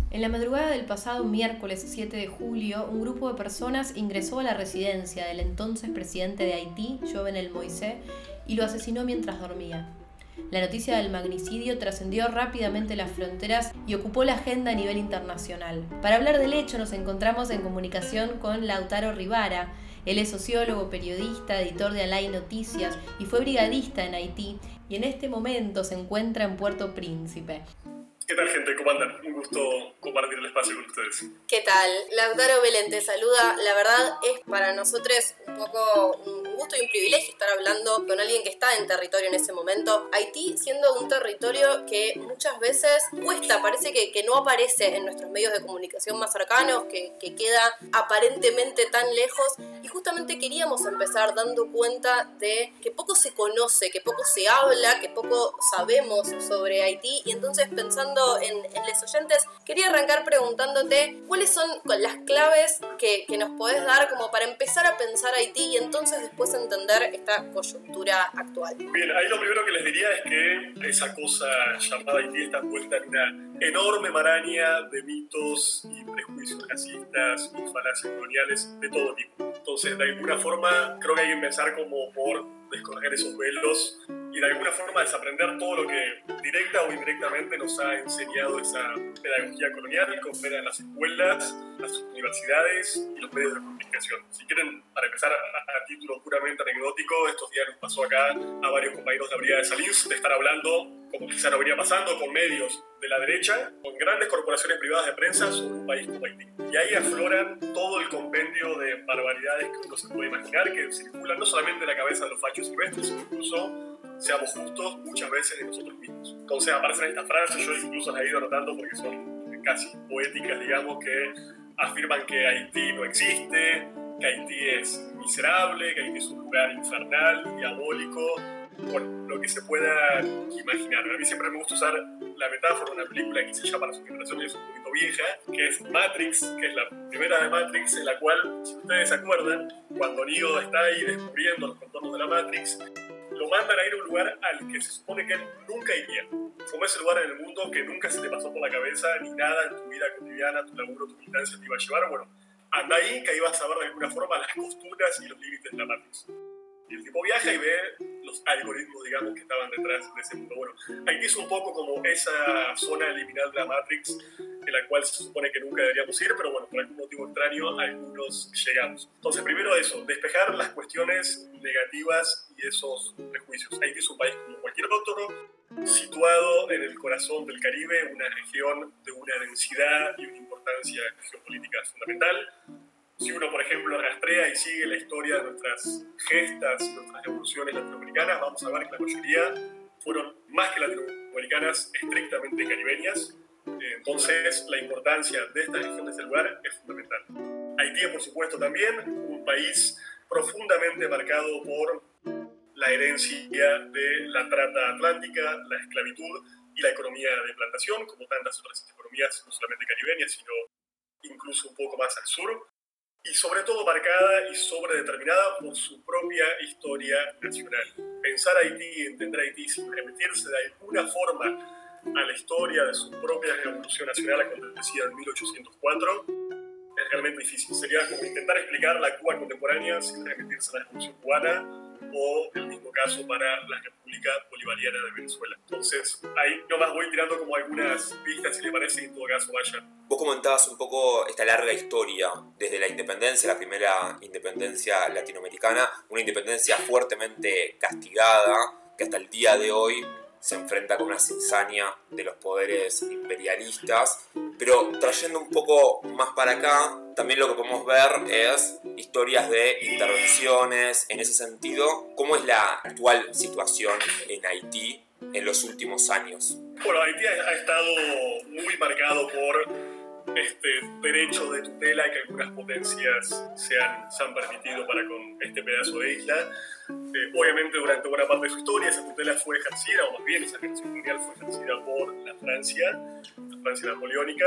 En la madrugada del pasado miércoles 7 de julio, un grupo de personas ingresó a la residencia del entonces presidente de Haití, Jovenel Moïse, y lo asesinó mientras dormía. La noticia del magnicidio trascendió rápidamente las fronteras y ocupó la agenda a nivel internacional. Para hablar del hecho nos encontramos en comunicación con Lautaro Rivara. Él es sociólogo, periodista, editor de Alay Noticias y fue brigadista en Haití y en este momento se encuentra en Puerto Príncipe. ¿Qué tal, gente? ¿Cómo andan? Un gusto compartir el espacio con ustedes. ¿Qué tal? Lautaro Belén te saluda. La verdad es para nosotros un poco un gusto y un privilegio estar hablando con alguien que está en territorio en ese momento. Haití siendo un territorio que muchas veces cuesta, parece que no aparece en nuestros medios de comunicación más cercanos, que queda aparentemente tan lejos. Y justamente queríamos empezar dando cuenta de que poco se conoce, que poco se habla, que poco sabemos sobre Haití. Y entonces pensando en los oyentes, quería arrancar preguntándote cuáles son las claves que nos podés dar como para empezar a pensar Haití y entonces después entender esta coyuntura actual. Bien, ahí lo primero que les diría es que esa cosa llamada Haití está envuelta en una enorme maraña de mitos y prejuicios racistas y falacias coloniales de todo tipo. Entonces, de alguna forma, creo que hay que empezar como por descorrer esos velos y de alguna forma desaprender todo lo que directa o indirectamente nos ha enseñado esa pedagogía colonial que opera en las escuelas, las universidades y los medios de comunicación. Si quieren, para empezar a título puramente anecdótico, estos días nos pasó acá a varios compañeros de la Brigada de Salins de estar hablando, como quizá no venía pasando, con medios de la derecha, con grandes corporaciones privadas de prensa sobre un país como Haití. Y ahí afloran todo el compendio de barbaridades que uno se puede imaginar, que circulan no solamente en la cabeza de los fachos silvestres, sino incluso, seamos justos, muchas veces de nosotros mismos. Entonces aparecen estas frases, yo incluso las he ido anotando porque son casi poéticas, digamos, que afirman que Haití no existe, que Haití es miserable, que Haití es un lugar infernal, diabólico, bueno, lo que se pueda imaginar. A mí siempre me gusta usar la metáfora de una película que quizá ya para su generación es un poquito vieja, que es Matrix, que es la primera de Matrix, en la cual, si ustedes se acuerdan, cuando Neo está ahí descubriendo los contornos de la Matrix, lo mandan a ir a un lugar al que se supone que él nunca iría. Como ese lugar en el mundo que nunca se te pasó por la cabeza, ni nada en tu vida cotidiana, tu laburo, tu militancia te iba a llevar. Bueno, anda ahí que ahí vas a ver de alguna forma las costuras y los límites de la Matrix. Y el tipo viaja y ve los algoritmos, digamos, que estaban detrás de ese mundo. Bueno, Haití es un poco como esa zona liminal de la Matrix en la cual se supone que nunca deberíamos ir, pero bueno, por algún motivo extraño, algunos llegamos. Entonces, primero eso, despejar las cuestiones negativas y esos prejuicios. Haití es un país como cualquier otro, situado en el corazón del Caribe, una región de una densidad y una importancia geopolítica fundamental. Si uno, por ejemplo, rastrea y sigue la historia de nuestras gestas y nuestras revoluciones latinoamericanas, vamos a ver que la mayoría fueron, más que latinoamericanas, estrictamente caribeñas. Entonces, la importancia de esta región, de este lugar, es fundamental. Haití, por supuesto, también un país profundamente marcado por la herencia de la trata atlántica, la esclavitud y la economía de plantación, como tantas otras economías, no solamente caribeñas, sino incluso un poco más al sur. Y sobre todo marcada y sobredeterminada por su propia historia nacional. Pensar Haití y entender Haití sin remitirse de alguna forma a la historia de su propia revolución nacional acontecida en 1804 es realmente difícil. Sería como intentar explicar la Cuba contemporánea sin remitirse a la revolución cubana o el mismo caso para la República Bolivariana de Venezuela. Entonces, ahí nomás voy tirando como algunas pistas, si le parece, y en todo caso vayan. Vos comentabas un poco esta larga historia, desde la independencia, la primera independencia latinoamericana, una independencia fuertemente castigada, que hasta el día de hoy se enfrenta con una cizaña de los poderes imperialistas, pero trayendo un poco más para acá, también lo que podemos ver es historias de intervenciones. En ese sentido, ¿cómo es la actual situación en Haití en los últimos años? Bueno, Haití ha estado muy marcado por este derecho de tutela que algunas potencias se han permitido para con este pedazo de isla. Obviamente durante buena parte de su historia esa tutela fue ejercida, o más bien esa ejercicio colonial fue ejercida por la Francia napoleónica,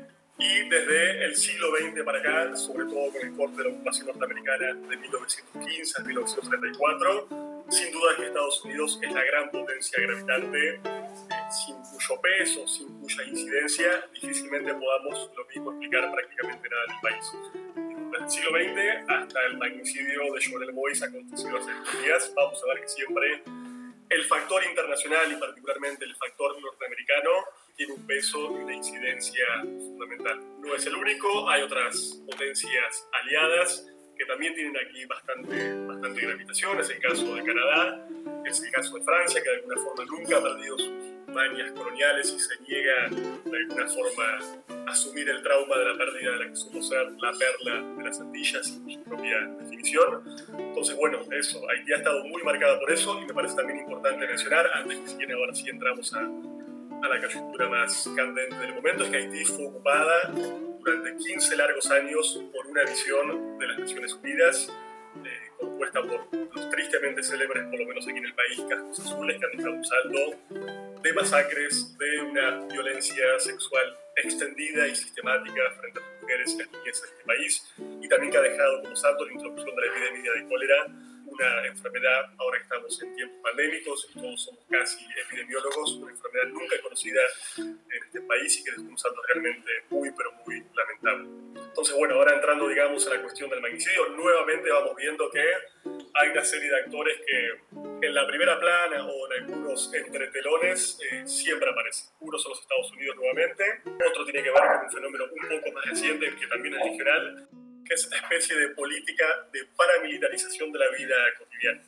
y desde el siglo XX para acá, sobre todo con el corte de la ocupación norteamericana de 1915 a 1934, sin duda que Estados Unidos es la gran potencia gravitante sin cuyo peso, sin cuya incidencia, difícilmente podamos lo mismo explicar prácticamente nada del país. Desde el siglo XX hasta el magnicidio de Jovenel Moïse acontecido hace estos días, vamos a ver que siempre el factor internacional y particularmente el factor norteamericano tiene un peso y una incidencia fundamental. No es el único, hay otras potencias aliadas que también tienen aquí bastante gravitación. Es el caso de Canadá, es el caso de Francia, que de alguna forma nunca ha perdido sus mañas coloniales y se niega de alguna forma a asumir el trauma de la pérdida de la que supo ser la perla de las Antillas y su propia definición. Entonces, bueno, eso, Haití ha estado muy marcada por eso y me parece también importante mencionar, antes que si quieren ahora sí entramos a la coyuntura más candente del momento, es que Haití fue ocupada durante 15 largos años por una visión de las Naciones Unidas compuesta por los tristemente célebres, por lo menos aquí en el país, cascos azules, que han dejado un saldo de masacres, de una violencia sexual extendida y sistemática frente a las mujeres y las niñas en este país, y también que ha dejado como saldo la introducción de la epidemia de cólera, una enfermedad, ahora que estamos en tiempos pandémicos y todos somos casi epidemiólogos, una enfermedad nunca conocida en este país y que dejó un saldo realmente muy, pero muy lamentable. Entonces, bueno, ahora entrando, digamos, a la cuestión del magnicidio, nuevamente vamos viendo que hay una serie de actores que en la primera plana o en algunos entretelones siempre aparecen. Uno son los Estados Unidos nuevamente, otro tiene que ver con un fenómeno un poco más reciente, que también es regional, que es esta especie de política de paramilitarización de la vida cotidiana.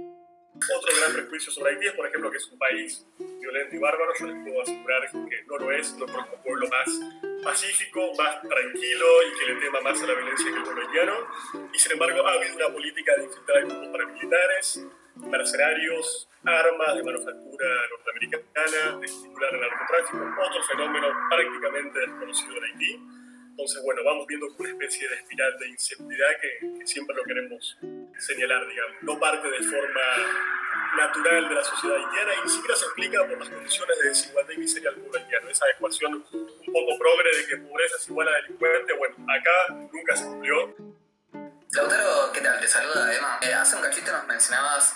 Otro gran prejuicio sobre Haití es, por ejemplo, que es un país violento y bárbaro. Yo les puedo asegurar que no lo es. No es un pueblo más pacífico, más tranquilo y que le tema más a la violencia que el pueblo haitiano. Y sin embargo, ha habido una política de infiltrar grupos paramilitares, mercenarios, armas de manufactura norteamericana, de estimular el narcotráfico, otro fenómeno prácticamente desconocido en Haití. Entonces, bueno, vamos viendo una especie de espiral de inseguridad que siempre lo queremos señalar, digamos. No parte de forma natural de la sociedad haitiana y ni siquiera se explica por las condiciones de desigualdad y miseria del pueblo haitiano. Esa ecuación un poco progre de que pobreza es igual a delincuente, bueno, acá nunca se cumplió. Lautaro, ¿qué tal? Te saluda Emma. Hace un cachito nos mencionabas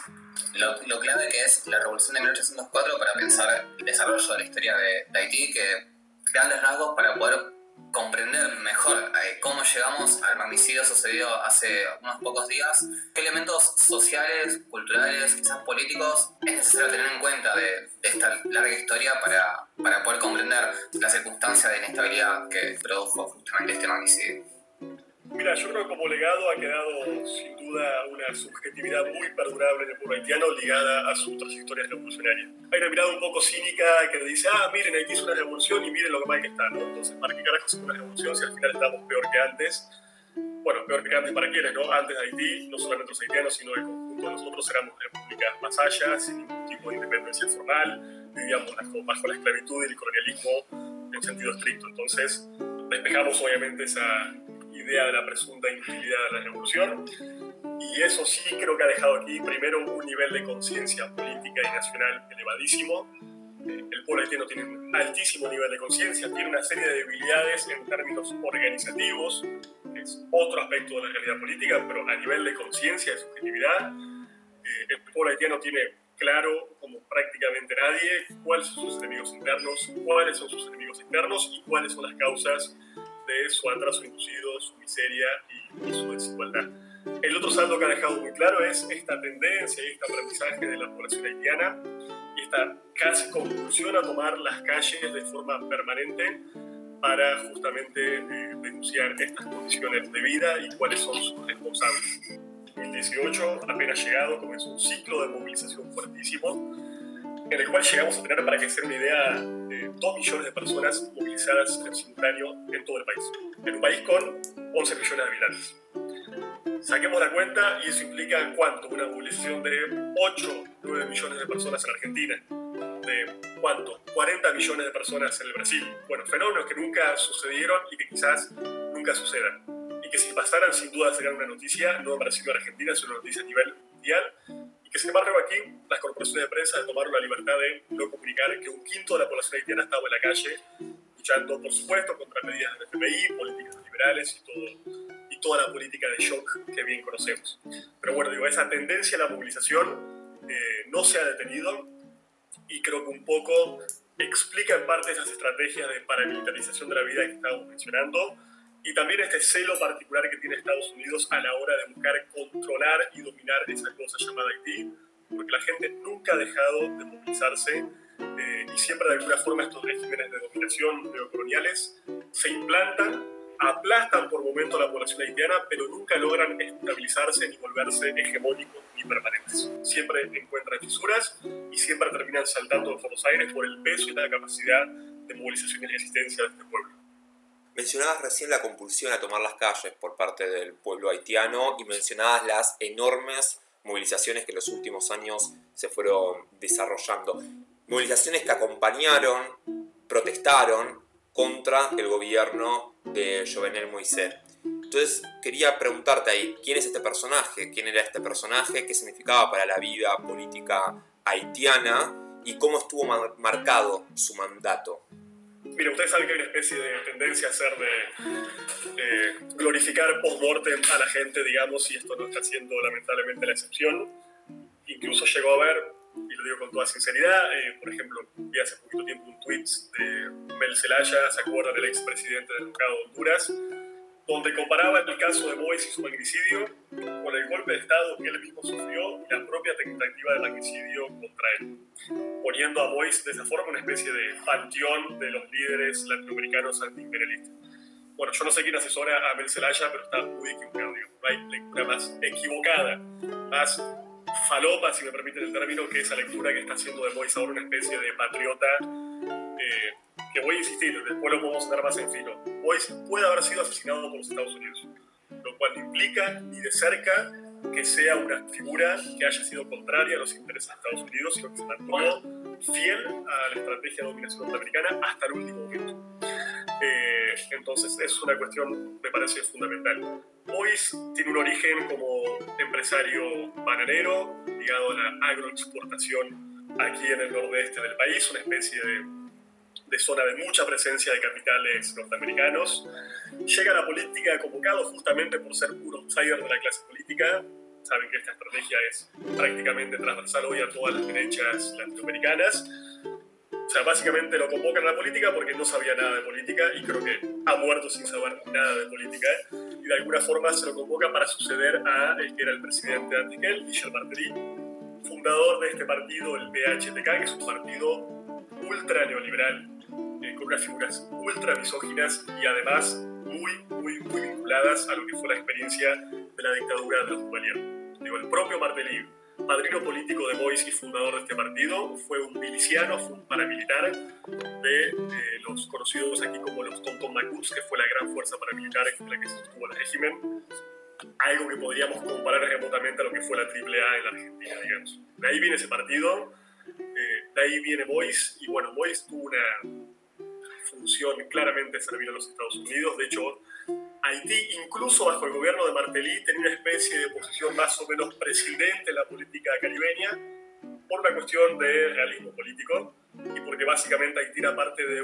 lo clave que es la revolución de 1804 para pensar el desarrollo de la historia de Haití, que grandes rasgos para poder comprender mejor cómo llegamos al magnicidio sucedido hace unos pocos días, qué elementos sociales, culturales, quizás políticos es necesario tener en cuenta de esta larga historia para poder comprender la circunstancia de inestabilidad que produjo justamente este magnicidio. Mira, yo creo que como legado ha quedado sin duda una subjetividad muy perdurable en el pueblo haitiano ligada a su trayectoria revolucionaria. Hay una mirada un poco cínica que dice, miren, Haití es una revolución y miren lo mal que está, ¿no? Entonces, ¿para qué carajos es una revolución si al final estamos peor que antes? Bueno, peor que antes para quiénes, ¿no? Antes de Haití, no solamente los haitianos, sino el conjunto de nosotros éramos repúblicas vasallas, sin ningún tipo de independencia formal, vivíamos bajo la esclavitud y el colonialismo en sentido estricto. Entonces, despejamos obviamente esa idea de la presunta inutilidad de la revolución, y eso sí creo que ha dejado aquí primero un nivel de conciencia política y nacional elevadísimo. El pueblo haitiano tiene un altísimo nivel de conciencia, tiene una serie de debilidades en términos organizativos, que es otro aspecto de la realidad política, pero a nivel de conciencia y subjetividad, el pueblo haitiano tiene claro, como prácticamente nadie, cuáles son sus enemigos internos, cuáles son sus enemigos externos y cuáles son las causas de su atraso inducido, su miseria y su desigualdad. El otro saldo que ha dejado muy claro es esta tendencia y este aprendizaje de la población haitiana y esta casi compulsión a tomar las calles de forma permanente para justamente denunciar estas condiciones de vida y cuáles son sus responsables. En 2018, apenas llegado, comenzó un ciclo de movilización fuertísimo en el cual llegamos a tener, para que se den una idea, 2 millones de personas movilizadas en simultáneo en todo el país. En un país con 11 millones de habitantes. Saquemos la cuenta y eso implica ¿cuánto? Una movilización de 8, 9 millones de personas en Argentina. De ¿cuánto? 40 millones de personas en el Brasil. Bueno, fenómenos que nunca sucedieron y que quizás nunca sucedan. Y que si pasaran sin duda serían una noticia, no en Brasil o Argentina, sino una noticia a nivel mundial. Y que sin embargo aquí las corporaciones de prensa tomaron la libertad de no comunicar que un quinto de la población haitiana estaba en la calle luchando, por supuesto, contra medidas del FMI, políticas liberales y toda la política de shock que bien conocemos. Pero bueno, digo, esa tendencia a la movilización no se ha detenido y creo que un poco explica en parte esas estrategias de paramilitarización de la vida que estábamos mencionando, y también este celo particular que tiene Estados Unidos a la hora de buscar controlar y dominar esa cosa llamada Haití, porque la gente nunca ha dejado de movilizarse y siempre de alguna forma estos regímenes de dominación neocoloniales se implantan, aplastan por momento a la población haitiana, pero nunca logran estabilizarse ni volverse hegemónicos ni permanentes. Siempre encuentran fisuras y siempre terminan saltando por los aires por el peso y la capacidad de movilización y resistencia de este pueblo. Mencionabas recién la compulsión a tomar las calles por parte del pueblo haitiano y mencionabas las enormes movilizaciones que en los últimos años se fueron desarrollando. Movilizaciones que acompañaron, protestaron contra el gobierno de Jovenel Moïse. Entonces quería preguntarte ahí, ¿quién es este personaje? ¿Quién era este personaje? ¿Qué significaba para la vida política haitiana? ¿Y cómo estuvo marcado su mandato? Mira, ustedes saben que hay una especie de tendencia a hacer de glorificar post-mortem a la gente, digamos, y esto no está siendo lamentablemente la excepción. Incluso llegó a haber, y lo digo con toda sinceridad, por ejemplo, vi hace poquito tiempo un tweet de Mel Zelaya, ¿se acuerdan del expresidente del Ducado de Honduras?, donde comparaba el caso de Moïse y su magnicidio con el golpe de Estado que él mismo sufrió y la propia tentativa de magnicidio contra él, poniendo a Moïse de esa forma una especie de panteón de los líderes latinoamericanos antiimperialistas. Bueno, yo no sé quién asesora a Mel Zelaya, pero está muy equivocado, digamos. No hay lectura más equivocada, más falopa, si me permiten el término, que esa lectura que está haciendo de Moïse ahora una especie de patriota, que voy a insistir, después lo podemos andar más en filo. Moïse puede haber sido asesinado por los Estados Unidos, lo cual no implica ni de cerca que sea una figura que haya sido contraria a los intereses de Estados Unidos, sino que se mantuvo fiel a la estrategia de dominación norteamericana hasta el último momento. Entonces es una cuestión, me parece, fundamental. Moïse tiene un origen como empresario bananero, ligado a la agroexportación aquí en el nordeste del país, una especie de zona de mucha presencia de capitales norteamericanos. Llega a la política convocado justamente por ser un outsider de la clase política. Saben que esta estrategia es prácticamente transversal hoy a todas las derechas latinoamericanas. O sea, básicamente lo convocan a la política porque no sabía nada de política y creo que ha muerto sin saber nada de política. Y de alguna forma se lo convoca para suceder a el que era el presidente antes que él, Michel Martelly, fundador de este partido, el PHTK, que es un partido ultra neoliberal, con unas figuras ultra misóginas y además muy vinculadas a lo que fue la experiencia de la dictadura de los Duvalier. Digo, el propio Martelly, padrino político de Moïse y fundador de este partido, fue un miliciano, fue un paramilitar de los conocidos aquí como los Tonton Macuts, que fue la gran fuerza paramilitar en la que se sostuvo el régimen. Algo que podríamos comparar remotamente a lo que fue la AAA en la Argentina, digamos. De ahí viene ese partido, de ahí viene Moïse, y bueno, Moïse tuvo una función claramente de servir a los Estados Unidos. De hecho, Haití, incluso bajo el gobierno de Martelly, tenía una especie de posición más o menos presidente en la política caribeña por una cuestión de realismo político y porque básicamente Haití era parte de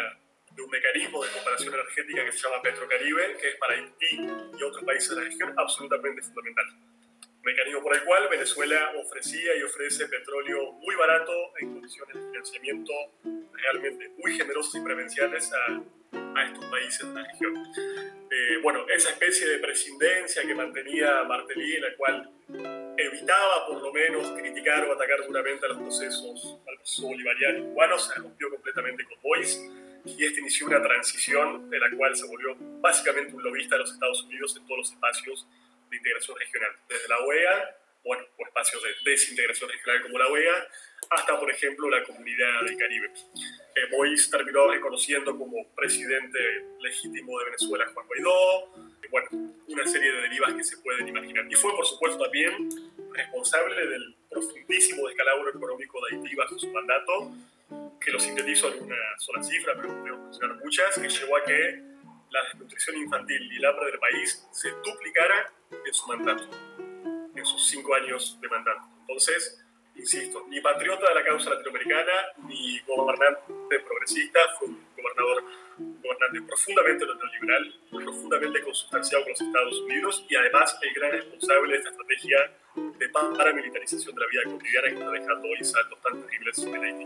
un mecanismo de cooperación energética que se llama Petrocaribe, que es para Haití y otros países de la región absolutamente fundamental. Mecanismo por el cual Venezuela ofrecía y ofrece petróleo muy barato en condiciones de financiamiento realmente muy generosas y preferenciales a estos países de la región. Bueno, esa especie de presidencia que mantenía Martelly, en la cual evitaba por lo menos criticar o atacar duramente a los procesos bolivariano y cubano, se rompió completamente con Moïse y este inició una transición de la cual se volvió básicamente un lobista de los Estados Unidos en todos los espacios de integración regional, desde la OEA, bueno, o espacios de desintegración regional como la OEA, hasta, por ejemplo, la Comunidad del Caribe. Moïse terminó reconociendo como presidente legítimo de Venezuela a Juan Guaidó, bueno, una serie de derivas que se pueden imaginar. Y fue, por supuesto, también responsable del profundísimo descalabro económico de Haití bajo su mandato, que lo sintetizo en una sola cifra, pero podemos mencionar muchas, que llevó a que la desnutrición infantil y el hambre del país se duplicara en su mandato, en sus 5 años de mandato. Entonces, insisto, ni patriota de la causa latinoamericana, ni gobernante progresista, fue un gobernante profundamente neoliberal, profundamente consustanciado con los Estados Unidos y además el gran responsable de esta estrategia de paramilitarización de la vida cotidiana que está dejando hoy saltos tan terribles en Haití.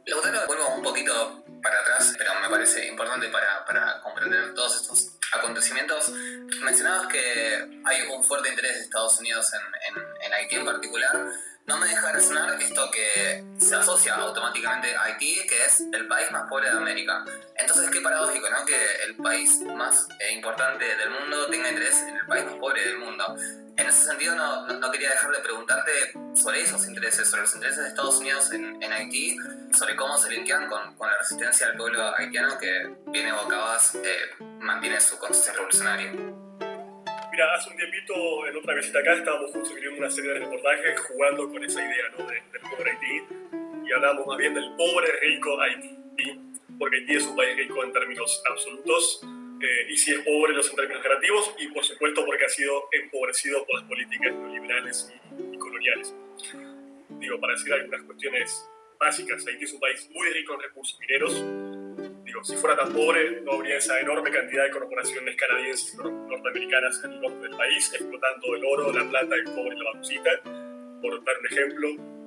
Lautaro, vuelvo un poquito para atrás, pero me parece importante para comprender todos estos acontecimientos. Mencionabas que hay un fuerte interés de Estados Unidos en Haití en particular. No me deja de resonar esto que se asocia automáticamente a Haití, que es el país más pobre de América. Entonces, qué paradójico, ¿no? Que el país más importante del mundo tenga interés en el país más pobre del mundo. En ese sentido, no quería dejar de preguntarte sobre esos intereses, sobre los intereses de Estados Unidos en Haití, sobre cómo se linkean con la resistencia del pueblo haitiano que viene bocadas, mantiene su conciencia revolucionaria. Mira, hace un tiempito, en otra visita acá, estábamos justo escribiendo una serie de reportajes jugando con esa idea, ¿no? del pobre Haití, y hablábamos más bien del pobre rico Haití, porque Haití es un país rico en términos absolutos, y sí es pobre en términos relativos, y por supuesto porque ha sido empobrecido por las políticas neoliberales y coloniales. Digo, para decir algunas cuestiones básicas, Haití es un país muy rico en recursos mineros. Digo, si fuera tan pobre, no habría esa enorme cantidad de corporaciones canadienses y norteamericanas en el norte del país, explotando el oro, la plata, el cobre y la bauxita. Por dar un ejemplo,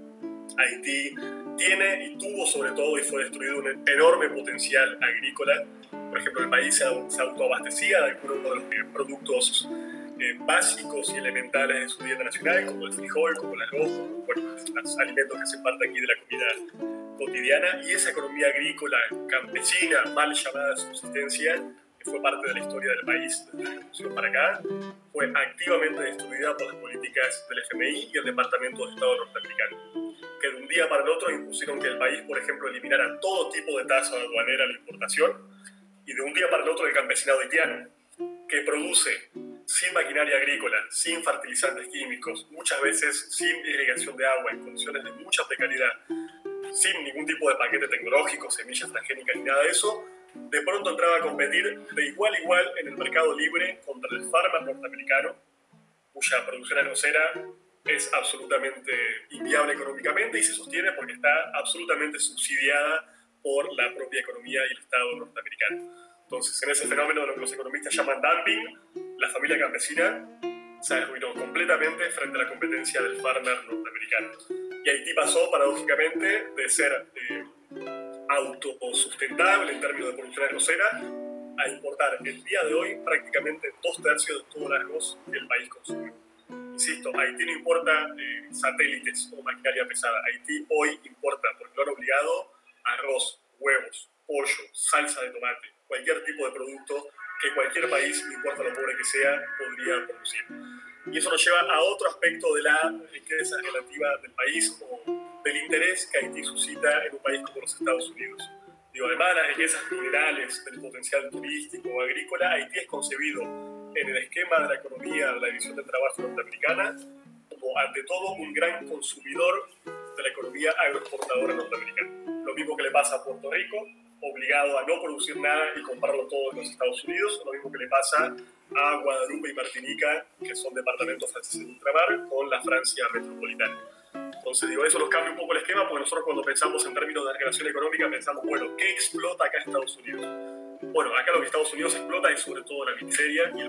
Haití tiene y tuvo sobre todo y fue destruido un enorme potencial agrícola. Por ejemplo, el país se autoabastecía de algunos de los productos básicos y elementales de su dieta nacional, como el frijol, como el arroz, bueno, los alimentos que se parten aquí de la comida cotidiana, y esa economía agrícola campesina, mal llamada subsistencia, que fue parte de la historia del país desde la revolución para acá, fue activamente destruida por las políticas del FMI y el Departamento de Estado norteamericano, que de un día para el otro impusieron que el país, por ejemplo, eliminara todo tipo de tasa aduanera a la importación, y de un día para el otro el campesinado haitiano, que produce sin maquinaria agrícola, sin fertilizantes químicos, muchas veces sin irrigación de agua, en condiciones de mucha precariedad, sin ningún tipo de paquete tecnológico, semillas transgénicas ni nada de eso, de pronto entraba a competir de igual a igual en el mercado libre contra el farmer norteamericano, cuya producción arrocera es absolutamente inviable económicamente y se sostiene porque está absolutamente subsidiada por la propia economía y el Estado norteamericano. Entonces, en ese fenómeno de lo que los economistas llaman dumping, la familia campesina se arruinó completamente frente a la competencia del farmer norteamericano. Y Haití pasó, paradójicamente, de ser autosustentable en términos de producción arrocera a importar el día de hoy prácticamente 2/3 de todo el arroz que el país consume. Insisto, Haití no importa satélites o maquinaria pesada. Haití hoy importa, porque lo han obligado, arroz, huevos, pollo, salsa de tomate, cualquier tipo de producto que cualquier país, no importa lo pobre que sea, podría producir. Y eso nos lleva a otro aspecto de la riqueza relativa del país o del interés que Haití suscita en un país como los Estados Unidos. Digo, además de las riquezas minerales, del potencial turístico o agrícola, Haití es concebido en el esquema de la economía de la División del Trabajo norteamericana como, ante todo, un gran consumidor de la economía agroexportadora norteamericana. Lo mismo que le pasa a Puerto Rico, obligado a no producir nada y comprarlo todo en los Estados Unidos, lo mismo que le pasa a Guadalupe y Martinica, que son departamentos franceses de ultramar, con la Francia metropolitana. Entonces, digo, eso nos cambia un poco el esquema, porque nosotros cuando pensamos en términos de relación económica pensamos, bueno, ¿qué explota acá Estados Unidos? Bueno, acá lo que Estados Unidos explota es sobre todo la miseria, y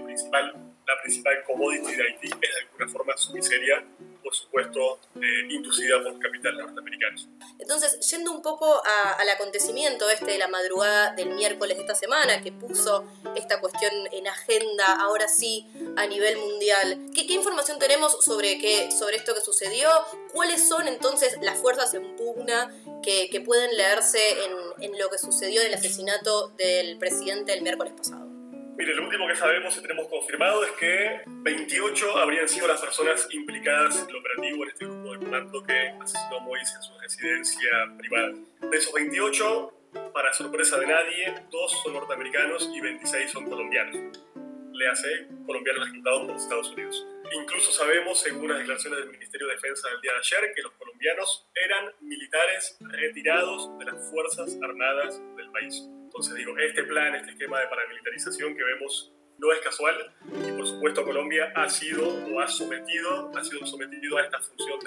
la principal commodity de Haití es de alguna forma su miseria, por supuesto, inducida por capitales norteamericanos. Entonces, yendo un poco al acontecimiento de la madrugada del miércoles de esta semana, que puso esta cuestión en agenda, ahora sí, a nivel mundial, ¿qué información tenemos sobre esto que sucedió? ¿Cuáles son entonces las fuerzas en pugna que pueden leerse en lo que sucedió en el asesinato del presidente el miércoles pasado? Mire, lo último que sabemos y tenemos confirmado es que 28 habrían sido las personas implicadas en el operativo en este grupo de comando que asesinó a Moïse en su residencia privada. De esos 28, para sorpresa de nadie, 2 son norteamericanos y 26 son colombianos. Le hace colombianos ejecutados por los Estados Unidos. Incluso sabemos, según las declaraciones del Ministerio de Defensa del día de ayer, que los colombianos eran militares retirados de las Fuerzas Armadas del país. Entonces digo, este plan, este esquema de paramilitarización que vemos no es casual, y por supuesto Colombia ha sido sometido a esta función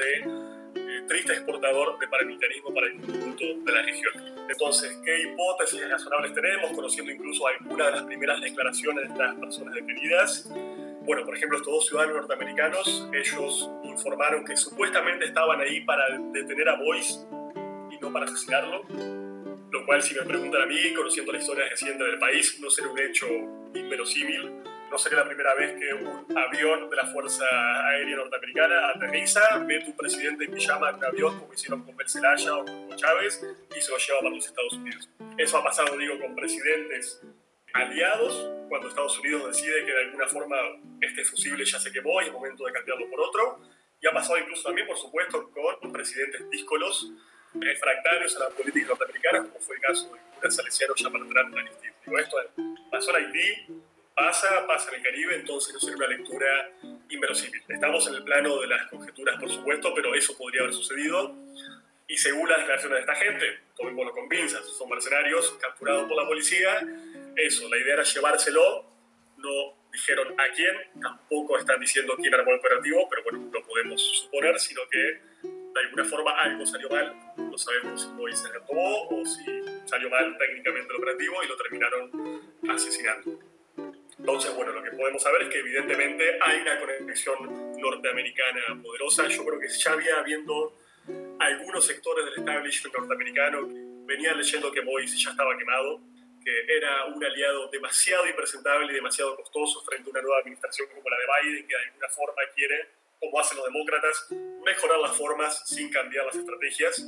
de triste exportador de paramilitarismo para el conjunto de la región. Entonces, ¿qué hipótesis razonables tenemos, conociendo incluso algunas de las primeras declaraciones de estas personas detenidas? Bueno, por ejemplo, estos 2 ciudadanos norteamericanos, ellos informaron que supuestamente estaban ahí para detener a Moïse y no dispuestos para asesinarlo, lo cual, si me preguntan a mí, conociendo la historia reciente del país, no sería un hecho inverosímil. No sería la primera vez que un avión de la Fuerza Aérea Norteamericana aterriza, mete un presidente en pijama en un avión, como hicieron con Bel Zelaya o con Chávez, y se lo lleva para los Estados Unidos. Eso ha pasado, digo, con presidentes aliados, cuando Estados Unidos decide que de alguna forma este fusible ya se quemó y es momento de cambiarlo por otro. Y ha pasado incluso también, por supuesto, con presidentes díscolos, refractarios a la política norteamericana, como fue el caso del cura salesiano Chaparrán Aristide. Digo, esto pasó en Haití, pasa en el Caribe, entonces no sería una lectura inverosímil. Estamos en el plano de las conjeturas, por supuesto, pero eso podría haber sucedido. Y según las declaraciones de esta gente, tomémoslo con pinzas, son mercenarios capturados por la policía. Eso, la idea era llevárselo, no dijeron a quién, tampoco están diciendo quién armó el operativo, pero bueno, lo podemos suponer, sino que de alguna forma algo salió mal. No sabemos si Moïse se retomó o si salió mal técnicamente el operativo y lo terminaron asesinando. Entonces, bueno, lo que podemos saber es que evidentemente hay una conexión norteamericana poderosa. Yo creo que ya había habiendo algunos sectores del establishment norteamericano que venían leyendo que Moïse ya estaba quemado, que era un aliado demasiado impresentable y demasiado costoso frente a una nueva administración como la de Biden, que de alguna forma quiere, como hacen los demócratas, mejorar las formas sin cambiar las estrategias.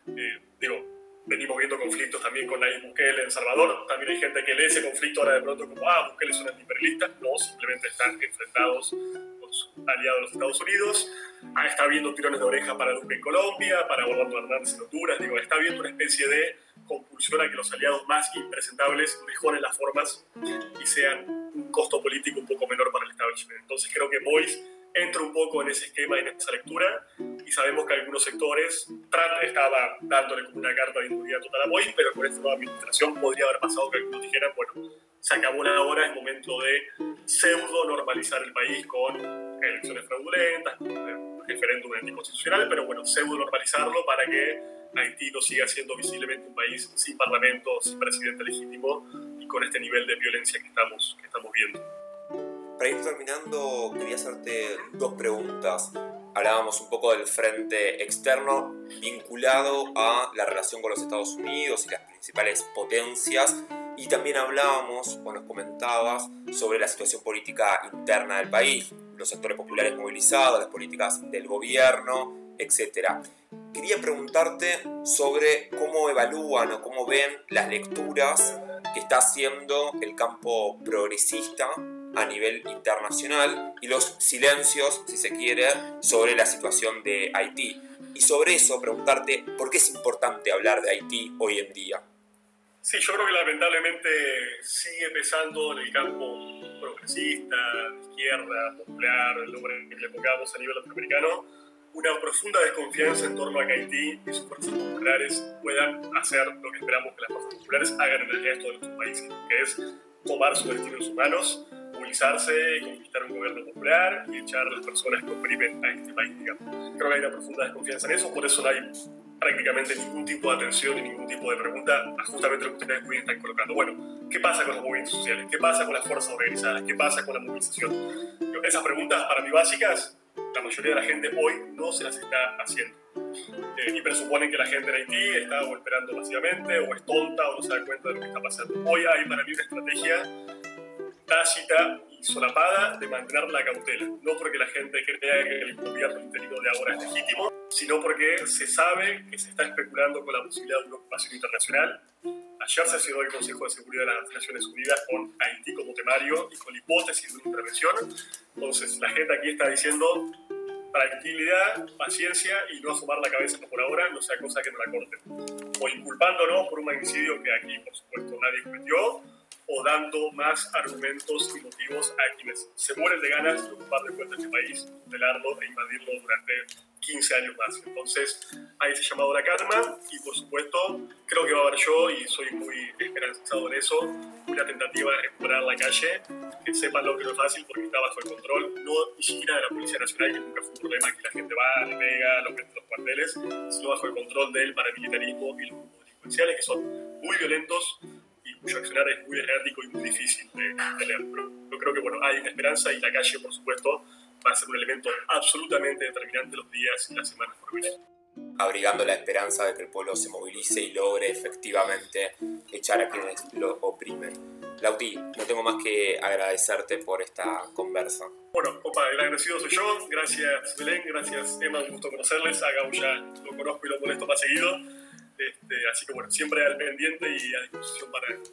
Venimos viendo conflictos también con Nayib Bukele en El Salvador. También hay gente que lee ese conflicto ahora de pronto como, Bukele es un antiimperialista. No, simplemente están enfrentados con su aliado de los Estados Unidos. Está habiendo tirones de oreja para Duque en Colombia, para Orlando Hernández en Honduras. Está habiendo una especie de compulsión a que los aliados más impresentables mejoren las formas y sean un costo político un poco menor para el establishment. Entonces creo que Moïse entra un poco en ese esquema y en esa lectura, y sabemos que algunos sectores, Trump estaba dándole como una carta de inmunidad total a Moïse, pero con esta nueva administración podría haber pasado que algunos dijeran, bueno, se acabó la hora, es momento de pseudo normalizar el país con elecciones fraudulentas, referéndum anticonstitucional, pero bueno, pseudo normalizarlo para que Haití no siga siendo visiblemente un país sin parlamento, sin presidente legítimo y con este nivel de violencia que estamos viendo. Para ir terminando, quería hacerte dos preguntas. Hablábamos un poco del frente externo vinculado a la relación con los Estados Unidos y las principales potencias, y también hablábamos, o nos comentabas, sobre la situación política interna del país, los sectores populares movilizados, las políticas del gobierno, etc. Quería preguntarte sobre cómo evalúan o cómo ven las lecturas que está haciendo el campo progresista a nivel internacional y los silencios, si se quiere, sobre la situación de Haití. Y sobre eso preguntarte por qué es importante hablar de Haití hoy en día. Sí, yo creo que lamentablemente sigue pesando en el campo progresista, de izquierda, popular, el nombre que le pongamos a nivel latinoamericano, una profunda desconfianza en torno a que Haití y sus fuerzas populares puedan hacer lo que esperamos que las fuerzas populares hagan en el resto de nuestros países, que es tomar su destino en sus manos, movilizarse, conquistar un gobierno popular y echar a las personas que oprimen a este país, digamos. Creo que hay una profunda desconfianza en eso, por eso no hay prácticamente ningún tipo de atención y ningún tipo de pregunta a justamente lo que ustedes muy bien están colocando. Bueno, ¿qué pasa con los movimientos sociales? ¿Qué pasa con las fuerzas organizadas? ¿Qué pasa con la movilización? Esas preguntas, para mí básicas, la mayoría de la gente hoy no se las está haciendo. Y presuponen que la gente en Haití está o esperando masivamente, o es tonta, o no se da cuenta de lo que está pasando. Hoy hay para mí una estrategia tácita y solapada de mantener la cautela. No porque la gente crea que el gobierno interino de ahora es legítimo, sino porque se sabe que se está especulando con la posibilidad de una ocupación internacional. Ayer se cerró el Consejo de Seguridad de las Naciones Unidas con Haití como temario y con la hipótesis de una intervención. Entonces la gente aquí está diciendo tranquilidad, paciencia y no asomar la cabeza por ahora, no sea cosa que no la corten. O inculpándonos por un magnicidio que aquí, por supuesto, nadie cometió, o dando más argumentos y motivos a quienes se mueren de ganas de ocupar de vuelta este país, tutelarlo e invadirlo durante 15 años más. Entonces, hay ese llamado a la calma y, por supuesto, creo que va a haber yo, y soy muy esperanzado en eso, una tentativa de recuperar la calle, que sepan lo que no es fácil porque está bajo el control, no ni siquiera de la Policía Nacional, que nunca fue un problema que la gente va, le pega, lo mete en los cuarteles, sino bajo el control del paramilitarismo y los grupos delincuenciales, que son muy violentos y cuyo accionar es muy errático y muy difícil de leer. Pero yo creo que hay una esperanza, y la calle, por supuesto, va a ser un elemento absolutamente determinante los días y las semanas por venir. abrigando la esperanza de que el pueblo se movilice y logre efectivamente echar a quienes lo oprimen. Lauti, no tengo más que agradecerte por esta conversa. Bueno, opa, el agradecido soy yo. Gracias Belén, gracias Emma, un gusto conocerles. A Gau ya lo conozco y lo molesto más seguido. Así que bueno, siempre al pendiente y a disposición para él.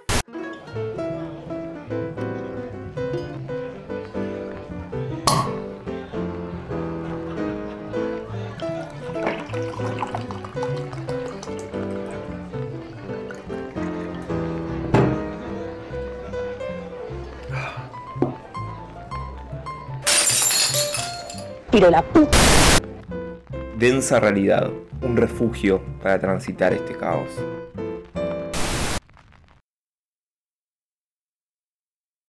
Pero la puta. Densa realidad, un refugio para transitar este caos.